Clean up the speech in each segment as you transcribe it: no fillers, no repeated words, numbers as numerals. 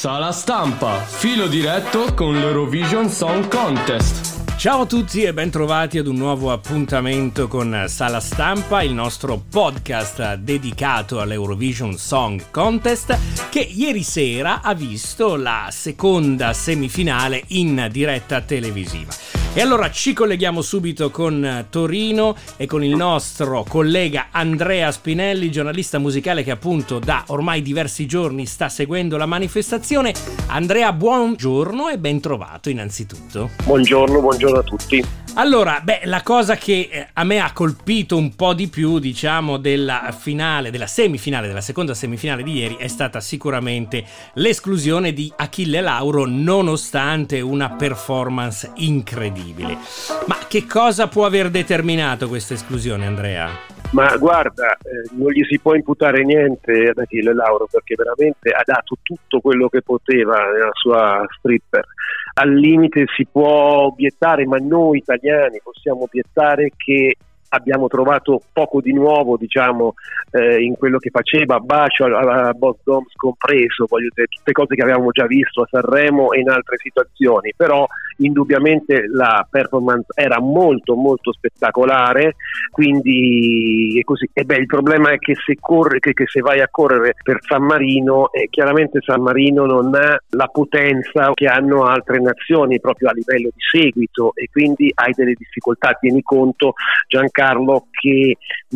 Sala Stampa, filo diretto con l'Eurovision Song Contest. Ciao a tutti e ben trovati ad un nuovo appuntamento con Sala Stampa, il nostro podcast dedicato all'Eurovision Song Contest, che ieri sera ha visto la seconda semifinale in diretta televisiva. E allora ci colleghiamo subito con Torino e con il nostro collega Andrea Spinelli, giornalista musicale che appunto da ormai diversi giorni sta seguendo la manifestazione. Andrea, buongiorno e ben trovato innanzitutto. Buongiorno a tutti. Allora, la cosa che a me ha colpito un po' di più, diciamo, della seconda semifinale di ieri è stata sicuramente l'esclusione di Achille Lauro, nonostante una performance incredibile. Ma che cosa può aver determinato questa esclusione, Andrea? Ma guarda, non gli si può imputare niente ad Achille Lauro, perché veramente ha dato tutto quello che poteva nella sua stripper. Al limite si può obiettare, ma noi italiani possiamo obiettare che abbiamo trovato poco di nuovo, diciamo, in quello che faceva, bacio a Boss Doms compreso, voglio dire, tutte cose che avevamo già visto a Sanremo e in altre situazioni, però indubbiamente la performance era molto molto spettacolare, quindi è così. Il problema è che se vai a correre per San Marino, chiaramente San Marino non ha la potenza che hanno altre nazioni proprio a livello di seguito, e quindi hai delle difficoltà. Tieni conto, Giancarlo, che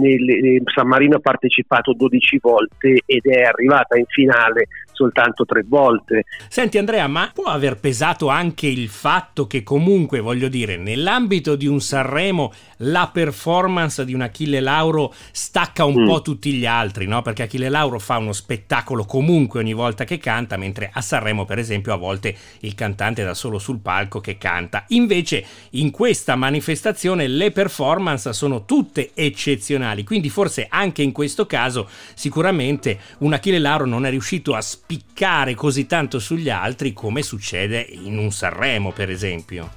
San Marino ha partecipato 12 volte ed è arrivata in finale soltanto 3 volte. Senti Andrea, ma può aver pesato anche il fatto che comunque, voglio dire, nell'ambito di un Sanremo la performance di un Achille Lauro stacca un po' tutti gli altri, no? Perché Achille Lauro fa uno spettacolo comunque ogni volta che canta, mentre a Sanremo per esempio a volte il cantante è da solo sul palco che canta. Invece in questa manifestazione le performance sono tutte eccezionali, quindi forse anche in questo caso sicuramente un Achille Lauro non è riuscito a spiccare così tanto sugli altri come succede in un Sanremo per esempio.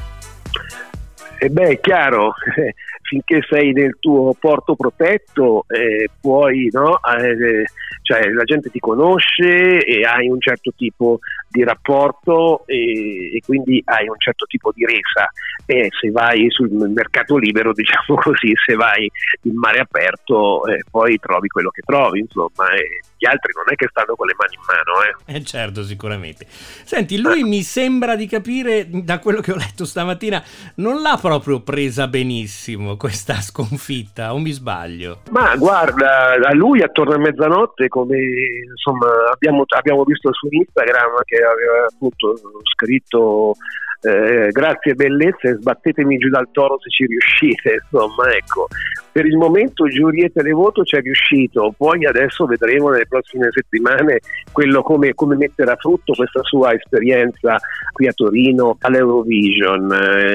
È chiaro, finché sei nel tuo porto protetto puoi, no? Cioè la gente ti conosce e hai un certo tipo di rapporto e quindi hai un certo tipo di resa, e se vai sul mercato libero, diciamo così, se vai in mare aperto poi trovi quello che trovi, insomma, gli altri non è che stanno con le mani in mano. Certo, sicuramente. Senti, lui mi sembra di capire, da quello che ho letto stamattina, non l'ha proprio presa benissimo questa sconfitta, o mi sbaglio? Ma guarda, a lui attorno a mezzanotte, come insomma abbiamo visto su Instagram, che aveva appunto scritto grazie bellezza e sbattetemi giù dal toro se ci riuscite, insomma, ecco, per il momento il giury e televoto ci è riuscito, poi adesso vedremo nelle prossime settimane quello come mettere a frutto questa sua esperienza qui a Torino all'Eurovision.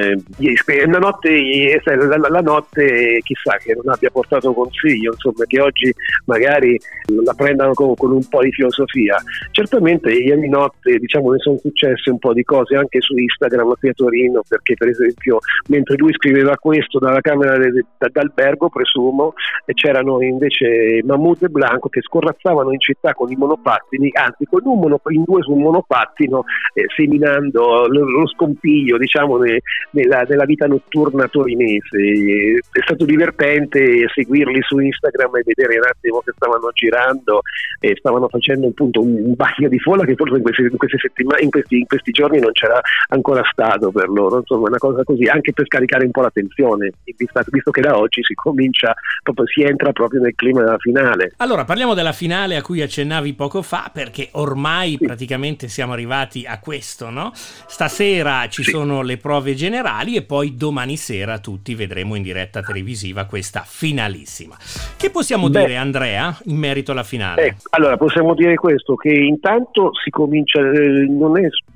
La notte chissà che non abbia portato consiglio, insomma, che oggi magari la prendano con un po' di filosofia. Certamente ieri notte, diciamo, ne sono successe un po' di cose anche su Instagram qui a Torino, perché per esempio mentre lui scriveva questo dalla camera d'albergo, presumo, e c'erano invece Mahmood e Blanco che scorrazzavano in città con i monopattini, anzi in due su un monopattino, seminando lo scompiglio, diciamo, della vita notturna torinese. È stato divertente seguirli su Instagram e vedere un attimo che stavano girando e stavano facendo appunto un bagno di folla che forse in queste settimane, in questi giorni non c'era ancora stato per loro, insomma, una cosa così, anche per scaricare un po' la tensione, visto che da oggi si entra proprio nel clima della finale. Allora parliamo della finale a cui accennavi poco fa, perché ormai praticamente siamo arrivati a questo, no? Stasera ci sono le prove generali e poi domani sera tutti vedremo in diretta televisiva questa finalissima. Che possiamo dire, Andrea, in merito alla finale? Allora possiamo dire questo, che intanto si comincia, non è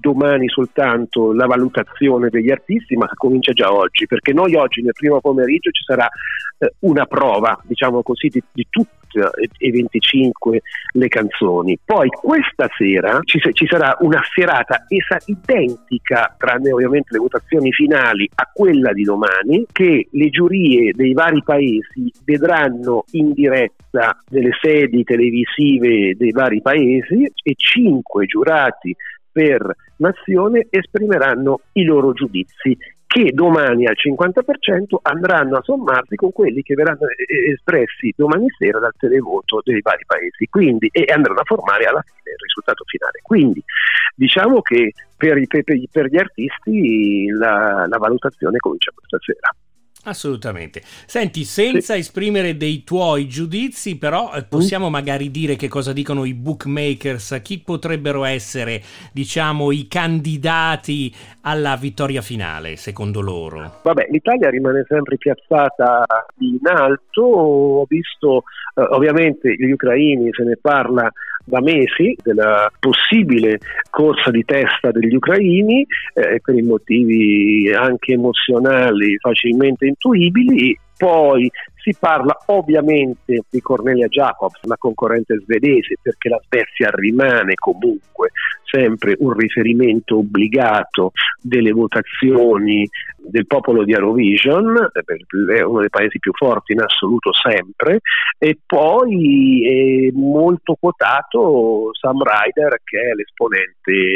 domani soltanto la valutazione degli artisti, ma comincia già oggi, perché noi oggi nel primo pomeriggio ci sarà una prova, diciamo così, di tutte e 25 le canzoni. Poi questa sera ci sarà una serata identica, tranne ovviamente le votazioni finali, a quella di domani, che le giurie dei vari paesi vedranno in diretta nelle sedi televisive dei vari paesi, e 5 giurati per nazione esprimeranno i loro giudizi, che domani al 50% andranno a sommarsi con quelli che verranno espressi domani sera dal televoto dei vari paesi, quindi, e andranno a formare alla fine il risultato finale. Quindi diciamo che per gli artisti la valutazione comincia questa sera. Assolutamente. Senti, senza esprimere dei tuoi giudizi, però possiamo magari dire che cosa dicono i bookmakers, chi potrebbero essere, diciamo, i candidati alla vittoria finale, secondo loro? Vabbè, l'Italia rimane sempre piazzata in alto. Ho visto ovviamente gli ucraini, se ne parla da mesi della possibile corsa di testa degli ucraini, per i motivi anche emozionali facilmente intuibili. Poi si parla ovviamente di Cornelia Jacobs, la concorrente svedese, perché la Svezia rimane comunque sempre un riferimento obbligato delle votazioni del popolo di Eurovision, è uno dei paesi più forti in assoluto sempre. E poi è molto quotato Sam Ryder, che è l'esponente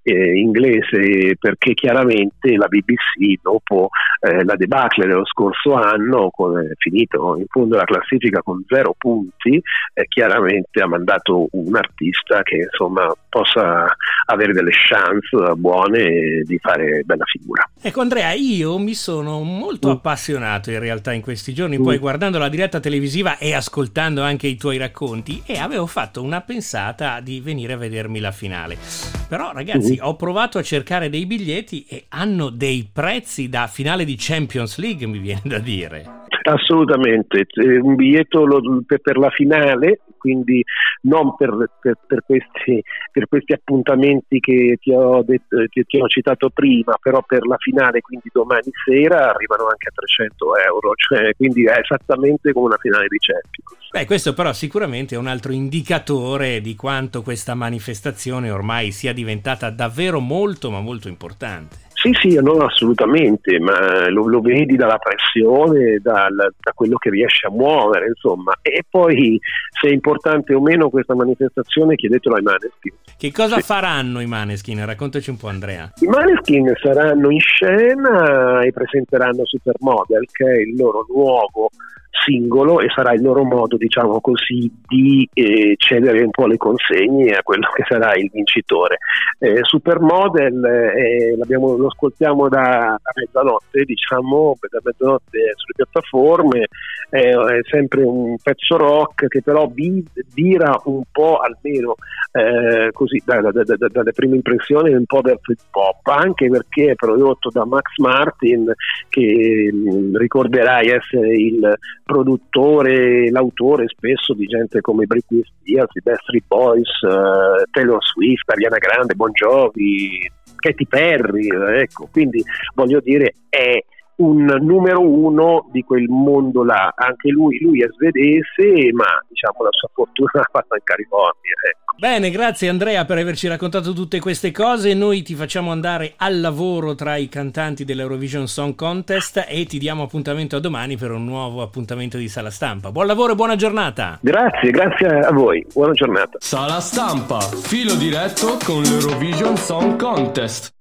inglese, perché chiaramente la BBC, dopo la debacle dello scorso anno, finito in fondo alla classifica con 0 punti, chiaramente ha mandato un artista che insomma possa avere delle chance buone di fare bella figura. Ecco Andrea, io mi sono molto appassionato in realtà in questi giorni, poi guardando la diretta televisiva e ascoltando anche i tuoi racconti, e avevo fatto una pensata di venire a vedermi la finale. Però ragazzi, ho provato a cercare dei biglietti e hanno dei prezzi da finale di Champions League, mi viene da dire. Assolutamente, un biglietto per la finale, quindi non per questi appuntamenti che ti ho citato prima, però per la finale, quindi domani sera, arrivano anche a 300 euro, cioè quindi è esattamente come una finale di Champions. Beh, questo però sicuramente è un altro indicatore di quanto questa manifestazione ormai sia diventata davvero molto ma molto importante. Sì, no, assolutamente, ma lo vedi dalla pressione, da quello che riesce a muovere, insomma. E poi, se è importante o meno questa manifestazione, chiedetelo ai Maneskin. Che cosa faranno i Maneskin? Raccontaci un po', Andrea. I Maneskin saranno in scena e presenteranno Supermodel, che è il loro nuovo singolo, e sarà il loro modo, diciamo così, di cedere un po' le consegne a quello che sarà il vincitore. Supermodel lo ascoltiamo da mezzanotte, diciamo, da mezzanotte sulle piattaforme, è sempre un pezzo rock che però vira un po', almeno così dalle prime impressioni, un po' verso il pop, anche perché è prodotto da Max Martin, che ricorderai essere il produttore, l'autore spesso di gente come Britney Spears, i Backstreet Boys, Taylor Swift, Ariana Grande, Bon Jovi, Katy Perry, ecco, quindi voglio dire è un numero uno di quel mondo là. Anche lui è svedese, ma diciamo la sua fortuna l'ha fatta in California, ecco. Bene, grazie Andrea per averci raccontato tutte queste cose. Noi ti facciamo andare al lavoro tra i cantanti dell'Eurovision Song Contest e ti diamo appuntamento a domani per un nuovo appuntamento di Sala Stampa. Buon lavoro e buona giornata. Grazie a voi, buona giornata. Sala Stampa, filo diretto con l'Eurovision Song Contest.